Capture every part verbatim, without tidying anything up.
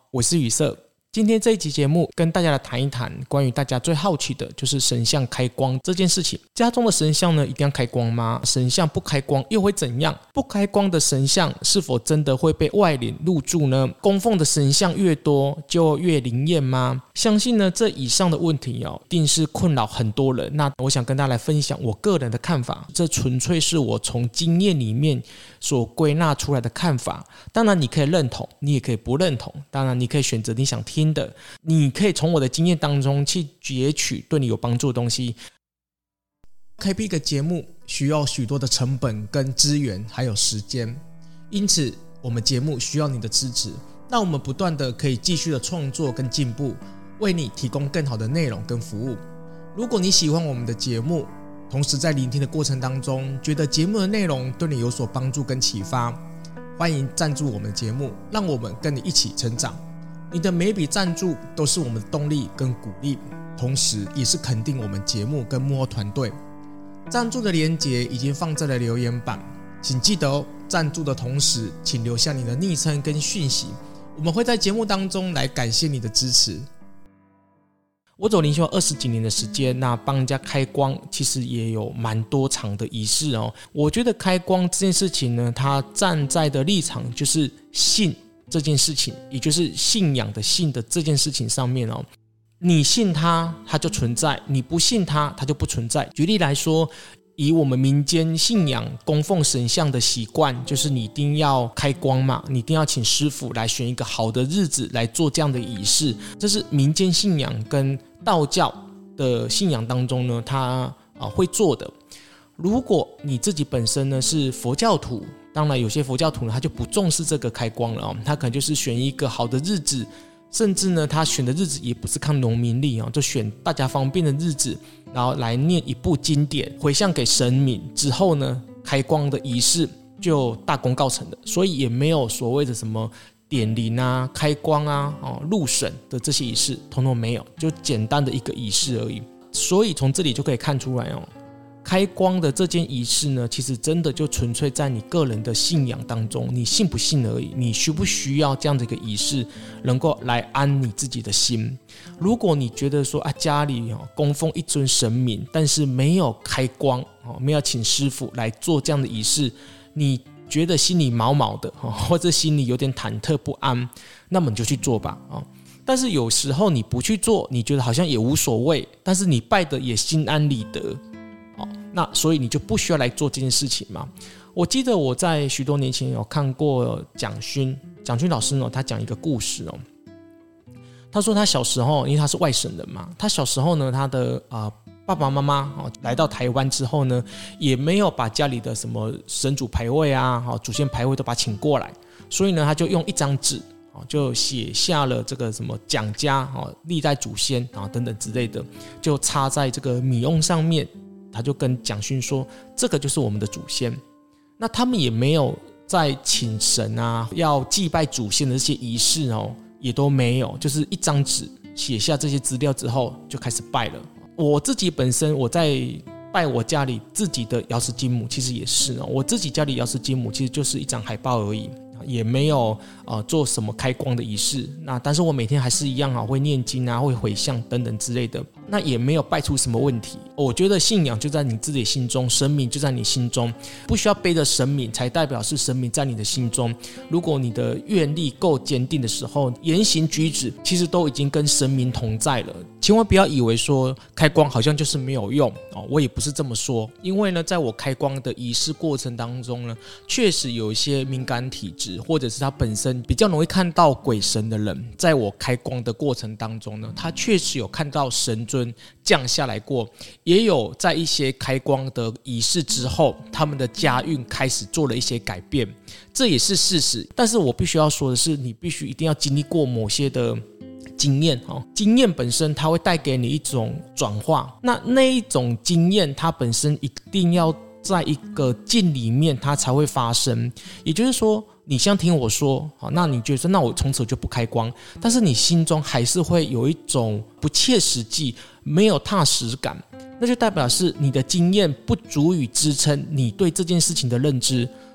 我是宇色。今天这一集节目跟大家来谈一谈关于大家最好奇的就是神像开光这件事情。家中的神像呢一定要开光吗？神像不开光又会怎样？不开光的神像是否真的会被外灵入住呢？供奉的神像越多就越灵验吗？相信呢这以上的问题哦，一定是困扰很多人。那我想跟大家来分享我个人的看法，这纯粹是我从经验里面所归纳出来的看法。当然你可以认同，你也可以不认同，当然你可以选择你想听的，你可以从我的经验当中去攫取对你有帮助的东西。开辟一个节目需要许多的成本跟资源还有时间，因此我们节目需要你的支持，让我们不断的可以继续的创作跟进步，为你提供更好的内容跟服务。如果你喜欢我们的节目，同时在聆听的过程当中觉得节目的内容对你有所帮助跟启发，欢迎赞助我们的节目，让我们跟你一起成长。你的每一笔赞助都是我们的动力跟鼓励，同时也是肯定我们节目跟幕后团队。赞助的连结已经放在了留言板，请记得哦，赞助的同时请留下你的昵称跟讯息，我们会在节目当中来感谢你的支持。我走灵修二十几年的时间，那帮人家开光其实也有蛮多场的仪式哦。我觉得开光这件事情呢，它站在的立场就是信这件事情，也就是信仰的信的这件事情上面哦。你信它，它就存在；你不信它，它就不存在。举例来说，以我们民间信仰供奉神像的习惯，就是你一定要开光嘛，你一定要请师傅来选一个好的日子来做这样的仪式，这是民间信仰跟道教的信仰当中呢，他、呃、会做的。如果你自己本身呢是佛教徒，当然有些佛教徒呢他就不重视这个开光了、哦、他可能就是选一个好的日子，甚至呢他选的日子也不是看农民历、哦、就选大家方便的日子，然后来念一部经典回向给神明之后呢，开光的仪式就大功告成了。所以也没有所谓的什么点灵啊、开光啊、哦、入神的这些仪式，统统没有，就简单的一个仪式而已。所以从这里就可以看出来哦，开光的这件仪式呢，其实真的就纯粹在你个人的信仰当中，你信不信而已，你需不需要这样的一个仪式能够来安你自己的心。如果你觉得说啊，家里、哦、供奉一尊神明，但是没有开光、哦、没有请师傅来做这样的仪式，你觉得心里毛毛的，或者心里有点忐忑不安，那么你就去做吧。但是有时候你不去做，你觉得好像也无所谓，但是你拜的也心安理得，那所以你就不需要来做这件事情嘛。我记得我在许多年前有看过蒋勋蒋勋老师呢，他讲一个故事哦。他说他小时候，因为他是外省人嘛，他小时候呢，他的、呃、爸爸妈妈、哦、来到台湾之后呢，也没有把家里的什么神主牌位啊、哦、祖先牌位都把他请过来，所以呢，他就用一张纸、哦、就写下了这个什么蒋家、哦、历代祖先、哦、等等之类的，就插在这个米瓮上面。他就跟蒋勋说，这个就是我们的祖先。那他们也没有在请神啊，要祭拜祖先的这些仪式哦，也都没有，就是一张纸写下这些资料之后就开始拜了。我自己本身我在拜我家里自己的瑶池金母，其实也是哦，我自己家里瑶池金母其实就是一张海报而已，也没有、呃、做什么开光的仪式。那但是我每天还是一样、啊、会念经啊，会回向等等之类的，那也没有拜出什么问题。我觉得信仰就在你自己心中，神明就在你心中，不需要背着神明才代表是神明在你的心中。如果你的愿力够坚定的时候，言行举止其实都已经跟神明同在了。千万不要以为说开光好像就是没有用、哦、我也不是这么说。因为呢，在我开光的仪式过程当中呢，确实有一些敏感体质，或者是他本身比较容易看到鬼神的人，在我开光的过程当中呢，他确实有看到神尊降下来过，也有在一些开光的仪式之后，他们的家运开始做了一些改变，这也是事实。但是我必须要说的是，你必须一定要经历过某些的经验，经验本身它会带给你一种转化，那那一种经验它本身一定要在一个境里面它才会发生。也就是说，你像听我说，那你觉得那我从此就不开光，但是你心中还是会有一种不切实际，没有踏实感，那就代表是你的经验不足以支撑你对这件事情的认知。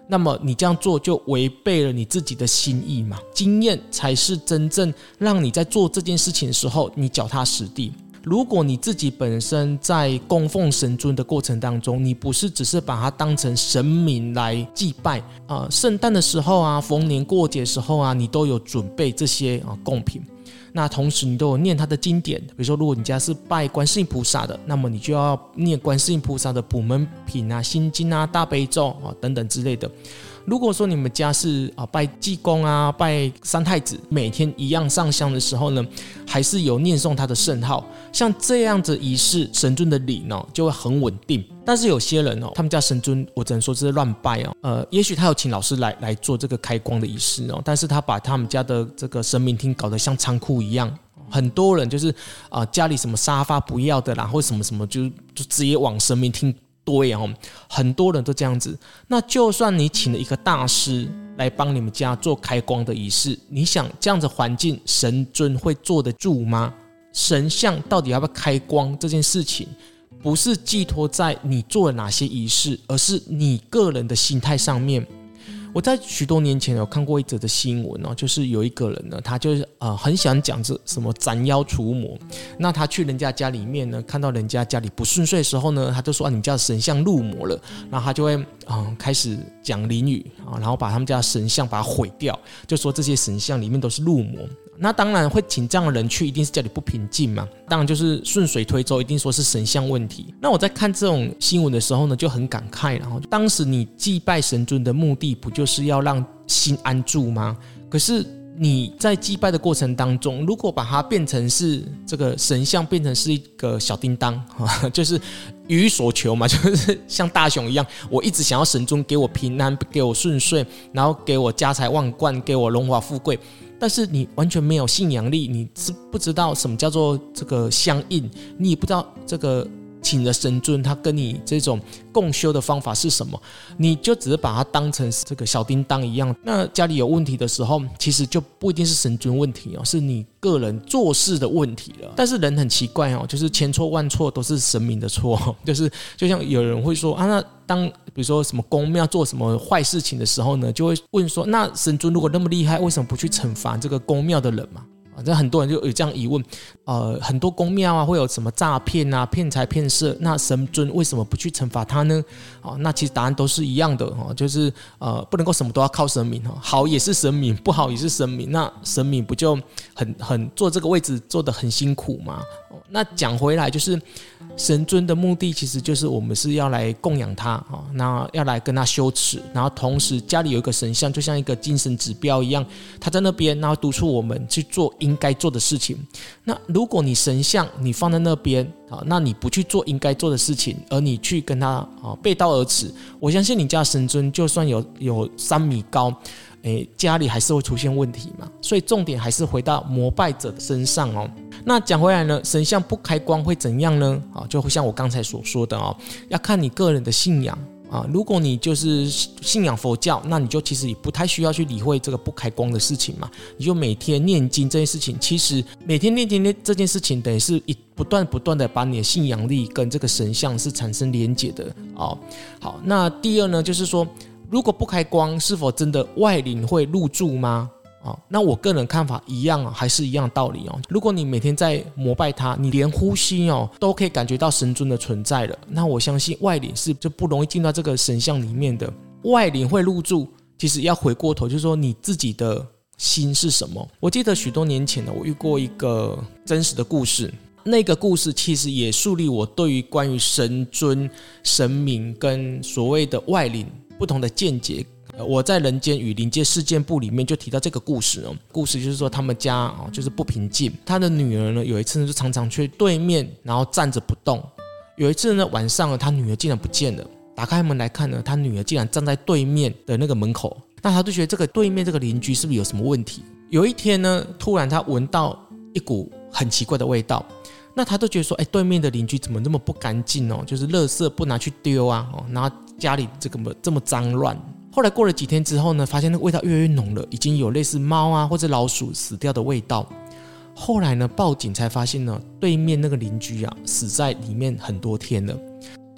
那么你这样做就违背了你自己的心意嘛。经验才是真正让你在做这件事情的时候你脚踏实地。如果你自己本身在供奉神尊的过程当中，你不是只是把它当成神明来祭拜啊，圣诞的时候啊，逢年过节的时候啊，你都有准备这些啊贡品，那同时你都有念他的经典，比如说如果你家是拜观世音菩萨的，那么你就要念观世音菩萨的普门品啊、心经啊、大悲咒啊等等之类的。如果说你们家是啊拜济公啊、拜三太子，每天一样上香的时候呢，还是有念诵他的圣号，像这样子仪式，神尊的礼呢就会很稳定。但是有些人哦，他们家神尊，我只能说这是乱拜哦。呃，也许他有请老师来来做这个开光的仪式哦，但是他把他们家的这个神明厅搞得像仓库一样。很多人就是啊、呃，家里什么沙发不要的啦，或什么什么就就直接往神明厅堆哦，很多人都这样子。那就算你请了一个大师来帮你们家做开光的仪式，你想这样子环境，神尊会坐得住吗？神像到底要不要开光这件事情，不是寄托在你做了哪些仪式，而是你个人的心态上面。我在许多年前有看过一则的新闻哦，就是有一个人呢，他就是呃很喜欢讲这什么斩妖除魔。那他去人家家里面呢，看到人家家里不顺遂的时候呢，他就说啊，你们家的神像入魔了。然后他就会嗯、呃、开始讲俚语啊，然后把他们家的神像把它毁掉，就说这些神像里面都是入魔。那当然会请这样的人去，一定是家里不平静嘛。当然就是顺水推舟，一定说是神像问题。那我在看这种新闻的时候呢，就很感慨。然后当时你祭拜神尊的目的，不就是要让心安住吗？可是你在祭拜的过程当中，如果把它变成是这个神像，变成是一个小叮当，就是予所求嘛，就是像大雄一样，我一直想要神尊给我平安，给我顺遂，然后给我家财万贯，给我荣华富贵。但是你完全没有信仰力，你是不知道什么叫做这个相应，你也不知道这个请了神尊他跟你这种共修的方法是什么，你就只是把它当成这个小叮当一样。那家里有问题的时候，其实就不一定是神尊问题哦，是你个人做事的问题了。但是人很奇怪哦，就是千错万错都是神明的错，就是就像有人会说啊，那当比如说什么公庙做什么坏事情的时候呢，就会问说，那神尊如果那么厉害，为什么不去惩罚这个公庙的人嘛？反正很多人就有这样疑问，呃，很多公庙啊会有什么诈骗啊、骗财骗色，那神尊为什么不去惩罚他呢？哦，那其实答案都是一样的哦，就是呃不能够什么都要靠神明哦，好也是神明，不好也是神明，那神明不就很很坐这个位置坐得很辛苦吗？哦，那讲回来就是神尊的目的其实就是我们是要来供养他哦，那要来跟他修持，然后同时家里有一个神像，就像一个精神指标一样，他在那边，然后督促我们去做应该做的事情。那如果你神像你放在那边，那你不去做应该做的事情，而你去跟他背道而驰，我相信你家神尊就算有有三米高，诶，家里还是会出现问题嘛。所以重点还是回到膜拜者的身上哦。那讲回来呢，神像不开光会怎样呢？啊，就会像我刚才所说的哦，要看你个人的信仰。啊，如果你就是信仰佛教，那你就其实也不太需要去理会这个不开光的事情嘛。你就每天念经这件事情，其实每天念经这件事情，等于是一不断不断的把你的信仰力跟这个神像是产生连结的哦。好，那第二呢，就是说，如果不开光，是否真的外灵会入住吗？哦，那我个人看法一样，还是一样的道理哦。如果你每天在膜拜他，你连呼吸哦都可以感觉到神尊的存在了，那我相信外灵是就不容易进到这个神像里面的。外灵会入住，其实要回过头，就是说你自己的心是什么。我记得许多年前呢，我遇过一个真实的故事，那个故事其实也树立我对于关于神尊、神明跟所谓的外灵不同的见解。我在《人间与灵界事件簿》里面就提到这个故事哦。故事就是说他们家哦就是不平静，他的女儿呢有一次呢就常常去对面，然后站着不动。有一次呢晚上呢，他女儿竟然不见了。打开门来看呢，他女儿竟然站在对面的那个门口。那他就觉得这个对面这个邻居是不是有什么问题？有一天呢，突然他闻到一股很奇怪的味道。那他都觉得说，哎，对面的邻居怎么那么不干净哦？就是垃圾不拿去丢啊，哦，然后家里这个这么脏乱。后来过了几天之后呢，发现那个味道越来越浓了，已经有类似猫啊或者老鼠死掉的味道。后来呢，报警才发现呢，对面那个邻居啊死在里面很多天了。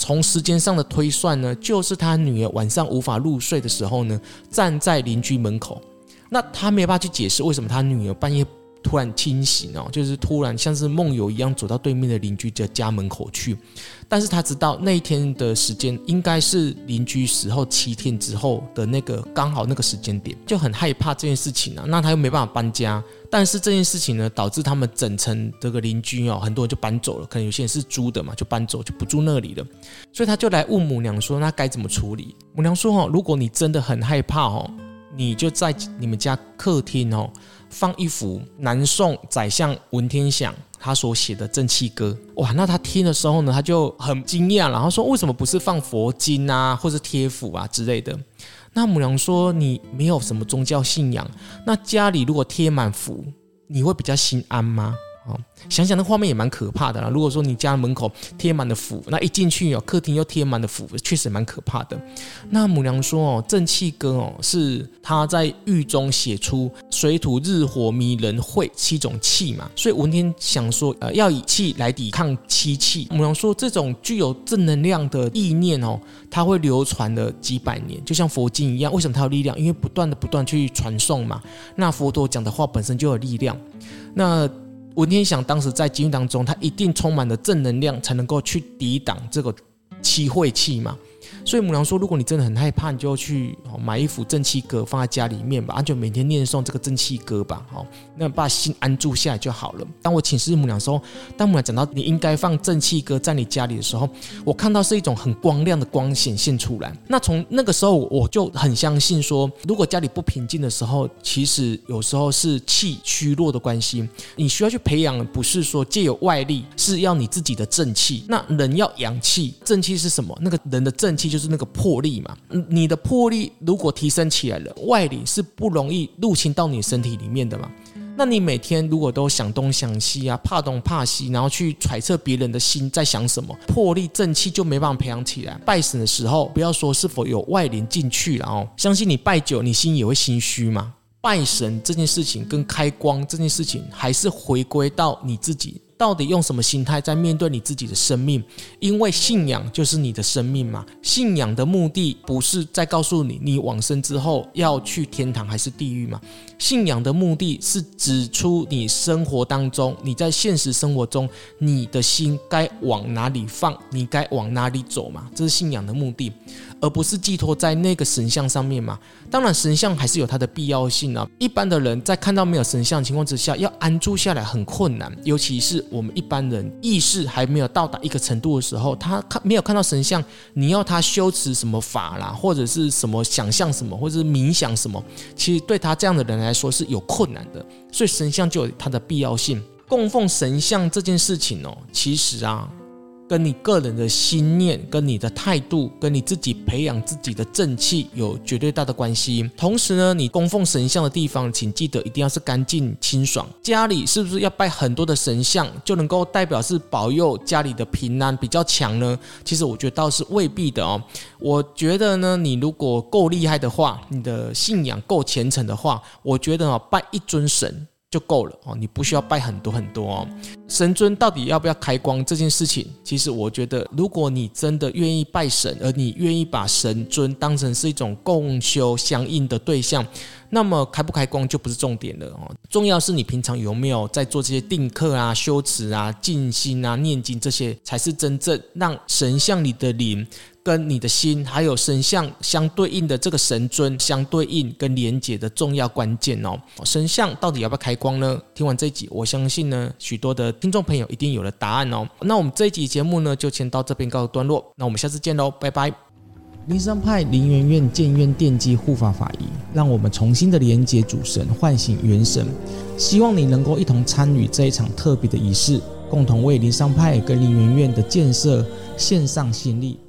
从时间上的推算呢，就是他女儿晚上无法入睡的时候呢，站在邻居门口。那他没有办法去解释为什么他女儿半夜突然清醒哦，就是突然像是梦游一样走到对面的邻居的家门口去。但是他知道那一天的时间应该是邻居死后七天之后的那个刚好那个时间点，就很害怕这件事情啊。那他又没办法搬家，但是这件事情呢，导致他们整层这个邻居哦，很多人就搬走了，可能有些人是租的嘛，就搬走就不住那里了。所以他就来问母娘说，那该怎么处理？母娘说哦，如果你真的很害怕哦，你就在你们家客厅哦放一幅南宋宰相文天祥他所写的正气歌。哇，那他听的时候呢，他就很惊讶，然后说为什么不是放佛经啊，或是贴符啊之类的？那母娘说你没有什么宗教信仰，那家里如果贴满符，你会比较心安吗？哦、想想那画面也蛮可怕的啦。如果说你家门口贴满了符，那一进去哦，客厅又贴满了符，确实蛮可怕的。那母娘说哦，正气歌哦是他在狱中写出水土日火迷人晦七种气嘛，所以文天祥说呃要以气来抵抗七气。母娘说这种具有正能量的意念哦，它会流传了几百年，就像佛经一样。为什么它有力量？因为不断的不断去传颂嘛。那佛陀讲的话本身就有力量。那文天祥当时在监狱当中，他一定充满了正能量，才能够去抵挡这个七晦气嘛。所以母娘说，如果你真的很害怕，你就去买一幅正气歌放在家里面吧，就每天念诵这个正气歌吧，那把心安住下来就好了。当我请示母娘的时候，当母娘讲到你应该放正气歌在你家里的时候，我看到是一种很光亮的光显现出来。那从那个时候我就很相信说，如果家里不平静的时候，其实有时候是气虚弱的关系。你需要去培养，不是说借由外力，是要你自己的正气。那人要养气，正气是什么？那个人的正气就是那个魄力嘛。你的魄力如果提升起来了，外力是不容易入侵到你身体里面的嘛。那你每天如果都想东想西啊，怕东怕西，然后去揣测别人的心在想什么，魄力正气就没办法培养起来。拜神的时候，不要说是否有外灵进去了哦，相信你拜久，你心也会心虚嘛。拜神这件事情跟开光这件事情，还是回归到你自己。到底用什么心态在面对你自己的生命？因为信仰就是你的生命嘛。信仰的目的不是在告诉你你往生之后要去天堂还是地狱嘛。信仰的目的是指出你生活当中，你在现实生活中，你的心该往哪里放，你该往哪里走嘛。这是信仰的目的，而不是寄托在那个神像上面嘛。当然神像还是有它的必要性啊。一般的人在看到没有神像的情况之下，要安住下来很困难，尤其是我们一般人意识还没有到达一个程度的时候，他看没有看到神像，你要他修持什么法啦，或者是什么想象什么，或者是冥想什么，其实对他这样的人来说是有困难的。所以神像就有它的必要性。供奉神像这件事情哦，其实啊跟你个人的心念、跟你的态度、跟你自己培养自己的正气有绝对大的关系。同时呢，你供奉神像的地方，请记得一定要是干净清爽。家里是不是要拜很多的神像，就能够代表是保佑家里的平安比较强呢？其实我觉得倒是未必的哦。我觉得呢，你如果够厉害的话，你的信仰够虔诚的话，我觉得哦，拜一尊神就够了哦，你不需要拜很多很多哦。神尊到底要不要开光这件事情，其实我觉得，如果你真的愿意拜神，而你愿意把神尊当成是一种共修相应的对象，那么开不开光就不是重点了哦。重要是你平常有没有在做这些定课啊、修持啊、静心啊、念经，这些才是真正让神像里的灵跟你的心，还有神像相对应的这个神尊相对应跟连结的重要关键哦。神像到底要不要开光呢？听完这一集，我相信呢，许多的听众朋友一定有了答案哦。那我们这一集节目呢，就先到这边告一段落。那我们下次见喽，拜拜。灵山派灵源院建院奠基护法法仪，让我们重新的连结主神，唤醒元神。希望你能够一同参与这一场特别的仪式，共同为灵山派跟灵源院的建设献上心力。